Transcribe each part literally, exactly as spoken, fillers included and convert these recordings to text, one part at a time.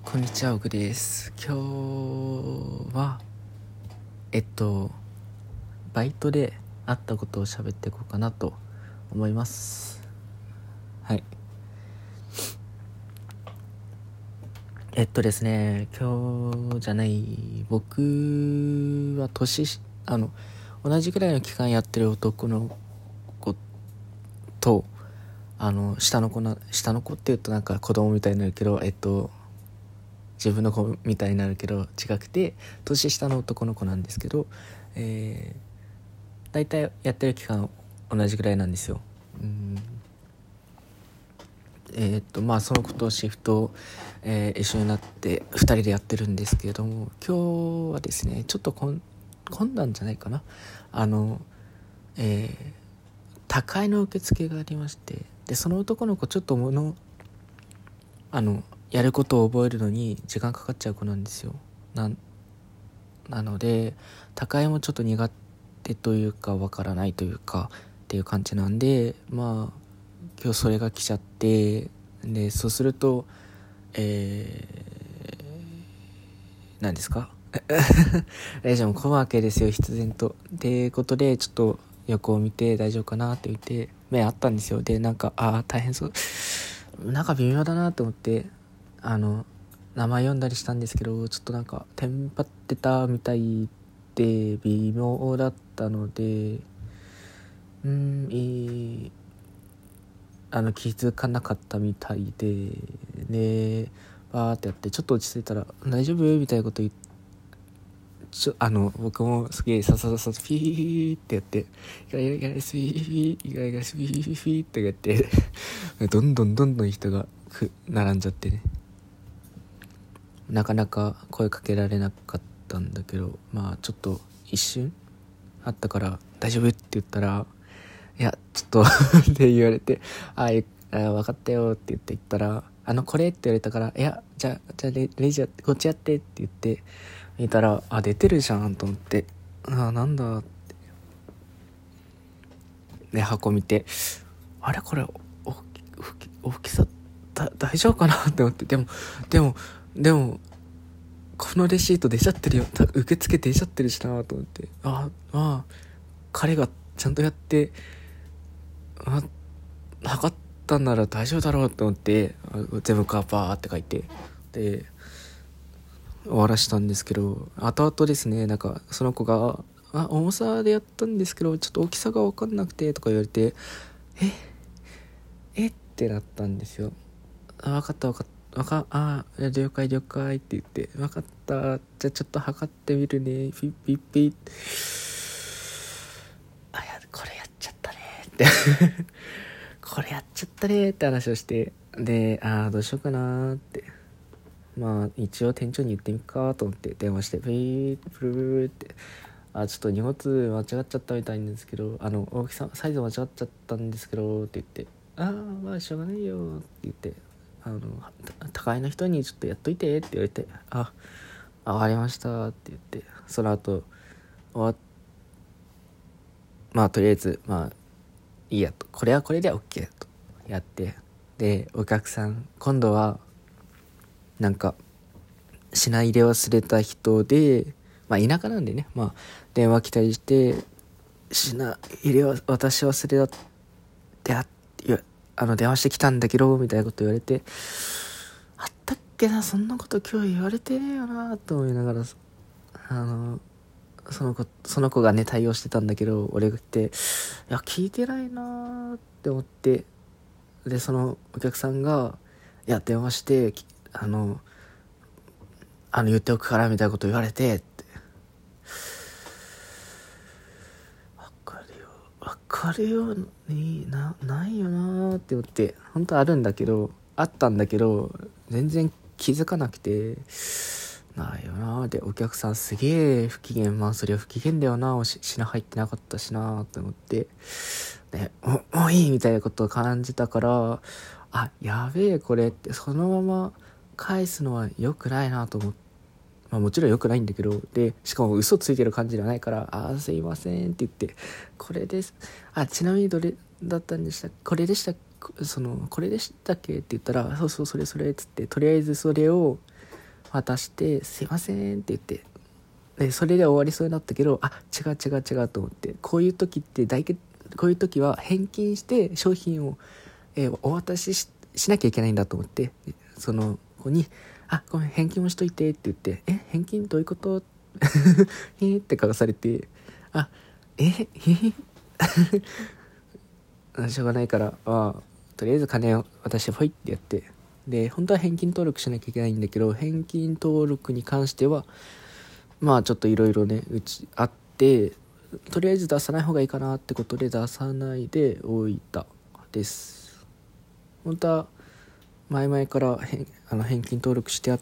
こんにちは、奥です。今日はえっとバイトであったことを喋っていこうかなと思います。はい。えっとですね今日じゃない僕は年しあの同じくらいの期間やってる男の子とあの下の子な下の子って言うとなんか子供みたいになるけどえっと自分の子みたいになるけど違くて年下の男の子なんですけど、えー、大体やってる期間同じぐらいなんですよ。うんえー、っとまあその子とシフト、えー、一緒になってふたりでやってるんですけれども、今日はですねちょっとこん混んだんじゃないかな。あの、えー、宅配の受付がありまして、でその男の子ちょっと物あのやることを覚えるのに時間かかっちゃう子なんですよ。ななので高いもちょっと苦手というかわからないというかっていう感じなんで、まあ今日それが来ちゃって、でそうするとえー、何ですかレジャーも混むわけですよ、必然と。ってことでちょっと横を見て大丈夫かなって言って目あったんですよ。でなんかああ大変そう、なんか微妙だなと思ってあの名前読んだりしたんですけど、ちょっとなんかテンパってたみたいで微妙だったので、うーんいいあの気づかなかったみたいで、でバーってやってちょっと落ち着いたら大丈夫みたいなこと言って、ちょあの僕もすげえささささピーってやってイガイガイガイスイイガイガイスイピーってやってどんどんどんどん人が並んじゃってね、なかなか声かけられなかったんだけど、まあちょっと一瞬あったから大丈夫って言ったら、いやちょっとって言われて、ああ分かったよって言って言ったら、あのこれって言われたから、いやじゃあじゃあ レ, レジやってこっちやってって言って見たら、あ出てるじゃんと思って、あなんだってね、箱見て、あれこれ大き大きさだ大丈夫かなって思って、でもでもでもこのレシート出ちゃってるよ、受付出ちゃってるしなと思って、ああ彼がちゃんとやってあ測ったんなら大丈夫だろうと思って全部カーパーって書いてで終わらしたんですけど、後々ですねなんかその子があ重さでやったんですけどちょっと大きさが分かんなくてとか言われて、ええってなったんですよ。あ分かった分かったわかあ了解了解って言って、分かったじゃあちょっと測ってみるねピッピッピッ、あやこれやっちゃったねってこれやっちゃったねって話をして、であどうしようかなって、まあ一応店長に言ってみっかと思って電話してピープルルルってあちょっと荷物間違っちゃったみたいなんですけど、あの大きさサイズ間違っちゃったんですけどって言って、ああまあしょうがないよって言って、あの高いの人にちょっとやっといてって言われて、あわかりましたって言って、その後終わっまあとりあえずまあいいやと、これはこれで OK だとやって、でお客さん今度はなんか品入れ忘れた人で、まあ田舎なんでね、まあ電話来たりして品入れは私忘れたってあいやあの電話してきたんだけどみたいなこと言われて、あったっけなそんなこと今日言われてねえよなと思いながら、あのその子その子がね対応してたんだけど、俺が来ていや聞いてないなって思って、でそのお客さんがいや電話してあのあの言っておくからみたいなこと言われてって、わかるよわかるよになないよなって思って、本当あるんだけどあったんだけど全然気づかなくて、ないよなでお客さんすげえ不機嫌、まあそれは不機嫌だよな、品入ってなかったしなって思って、ね、も, もういいみたいなことを感じたから、あやべえこれってそのまま返すのは良くないなと思って、まあ、もちろん良くないんだけど、でしかも嘘ついてる感じではないから、あすいませんって言って、これですあちなみにどれだったんでしたこれでしたそのこれでしたっけって言ったら、そうそうそれそれっつって、とりあえずそれを渡してすいませんって言って、でそれで終わりそうになったけど、あ違う違う違うと思って、こういう時って大体こういう時は返金して商品を、えーお渡し し, しなきゃいけないんだと思って、その子にあごめん返金もしといてって言って、え返金どういうことへーって顔されて、あえへへしょうがないから、あとりあえず金を渡してほいってやって、で本当は返金登録しなきゃいけないんだけど、返金登録に関してはまあちょっといろいろねうちあって、とりあえず出さない方がいいかなってことで出さないでおいたです。本当は前々から返あの返金登録してあって、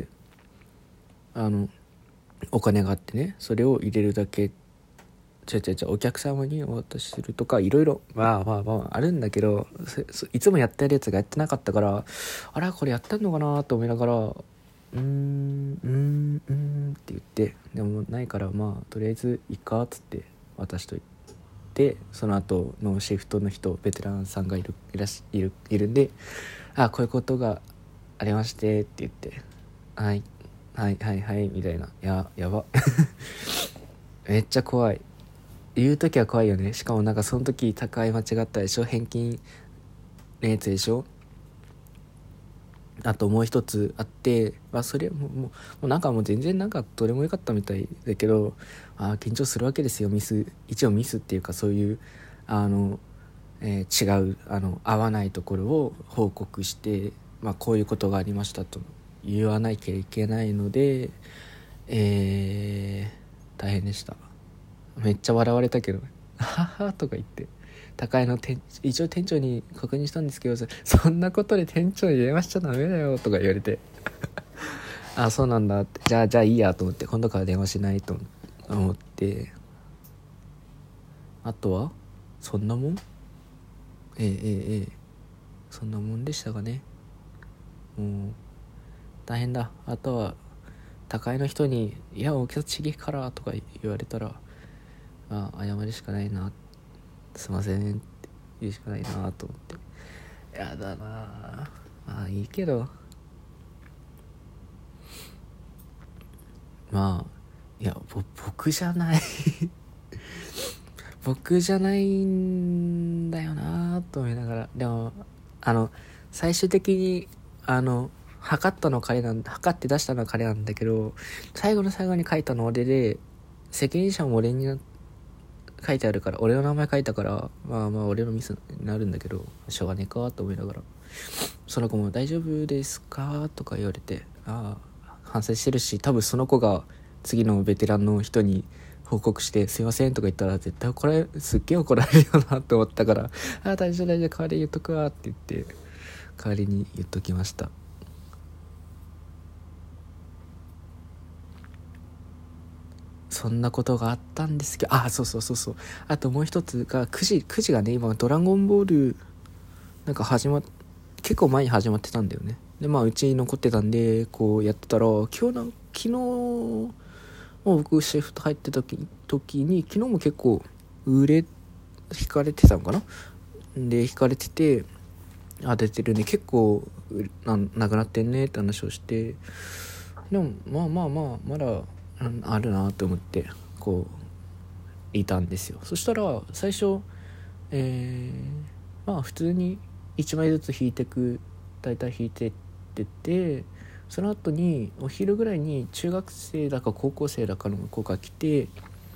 あのお金があってね、それを入れるだけ、違う違う違うお客様にお渡しするとかいろいろまあまあまああるんだけど、いつもやってるやつがやってなかったから、あらこれやってんのかなと思いながら、うーんうーんうーんって言って、でもないからまあとりあえずいいかっつって渡しといて、その後のシフトの人ベテランさんがいるいらしいるいるんで、あこういうことがありましてって言って、はいはいはいはいみたいな、ややばめっちゃ怖い、言う時は怖いよね。しかもなんかその時高い間違ったでしょ、返金のやつでしょ。あともう一つあって、まあ、それももうもうなんかもう全然なんかどれも良かったみたいだけど、あ緊張するわけですよ。ミス一応ミスっていうか、そういうあの、えー違うあの合わないところを報告して、まあ、こういうことがありましたと言わなきゃいけないので、えー、大変でした。めっちゃ笑われたけどねははとか言って、高いの店一応店長に確認したんですけど、そんなことで店長に電話しちゃダメだよとか言われてあそうなんだって、じゃあじゃあいいやと思って、今度から電話しないと思って、あとはそんなもん、ええええええそんなもんでしたかね。もう大変だ。あとは高いの人にいやお客さんちげえからとか言われたら、あ謝るしかないな、すいませんって言うしかないなと思って、やだな。まあいいけど、まあいやぼ僕じゃない僕じゃないんだよなと思いながら、でもあの最終的にあの測ったの彼なん測って出したのは彼なんだけど、最後の最後に書いたの俺で、責任者も俺にな書いてあるから、俺の名前書いたから、まあまあ俺のミスになるんだけど、しょうがねえかと思いながら、その子も大丈夫ですかとか言われて、ああ反省してるし、多分その子が次のベテランの人に報告してすいませんとか言ったら絶対これすっげえ怒られるよなって思ったから、ああ大丈夫大丈夫代わりに言っとくわって言って代わりに言っときました。そんなことがあったんですけど、あそうそうそうそう、あともう一つがくじくじがね、今ドラゴンボールなんか始まっ結構前に始まってたんだよね。でまあうちに残ってたんでこうやってたら、今日なん昨日もう僕シフト入ってた時時に、昨日も結構売れ引かれてたのかな、で引かれてて、あ出てるね結構ななくなってんねって話をして、でもまあまあまあまだあるなと思ってこういたんですよ。そしたら最初えー、まあ普通にいちまいずつ引いてく、大体引いてってて、その後にお昼ぐらいに中学生だか高校生だかの子が来て、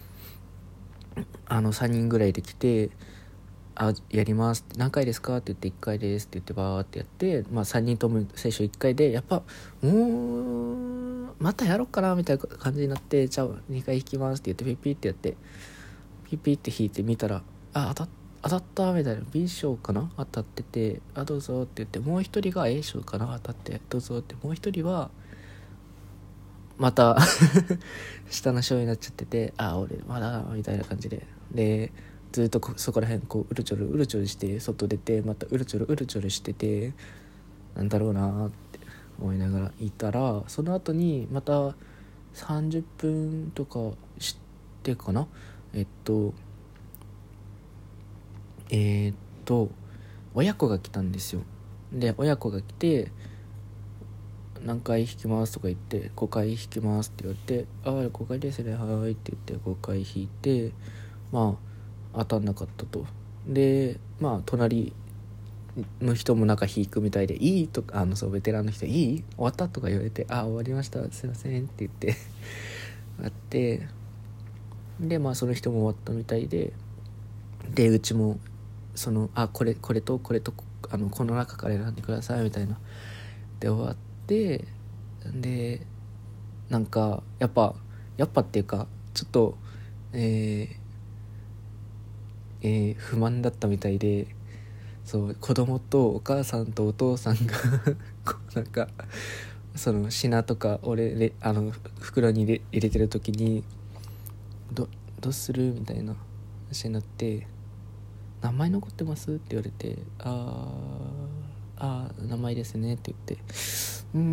あのさんにんぐらいで来て、あやりますって何回ですかって言っていっかいですって言ってバーってやって、まあさんにんとも最初いっかいで、やっぱもうまたやろうかなみたいな感じになって、じゃあにかい引きますって言ってピッピッってやって、ピッピッって引いてみたら、あ当た当たったみたいな、 B 賞かな当たってて、あどうぞって言って、もう一人が A 賞かな当たってどうぞって、もう一人はまた下の賞になっちゃってて、あ俺まだみたいな感じで、でずっとそこら辺こううるちょるうるちょるして外出て、またうるちょるうるちょるしてて、なんだろうなって思いながらいたら、その後にまたさんじゅっぷんとかしてかな、えっとえー、っと親子が来たんですよ。で親子が来て、 何回引きますとか言ってごかい引きますって言われて、ああごかいですねはーいって言ってごかい引いて、まあ当たんなかったと。でまあ隣の人もなんか引くみたいで、いいとか、あのそうベテランの人、いい終わったとか言われて、あ終わりましたすいませんって言ってやって、でまあその人も終わったみたいで、でうちもそのあこれこれとこれとあのこの中から選んでくださいみたいなで終わって、でなんかやっぱやっぱっていうかちょっとえーえー不満だったみたいで、そう子供とお母さんとお父さんがこうなんかその品とか俺れあの袋に入れ入れてる時にどどうするみたいな話になって、名前残ってますって言われて、あーあー名前ですねって言って、うー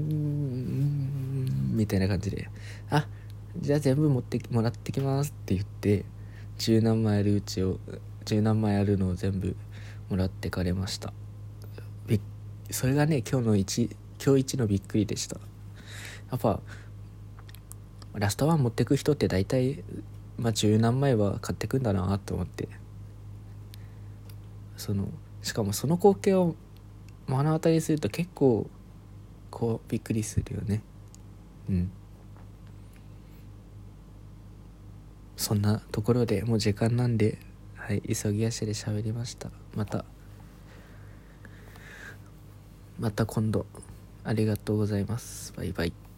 んみたいな感じで、あじゃあ全部持ってもらってきますって言って、十何枚あるうちを十何枚あるのを全部もらってかれました。びそれがね今日の一今日一のびっくりでした。やっぱラストワン持ってく人って大体まあ十何枚は買ってくんだなと思って、そのしかもその光景を目の当たりにすると結構こうびっくりするよね。うんそんなところでもう時間なんで、はい急ぎ足で喋りました。またまた今度ありがとうございます。バイバイ。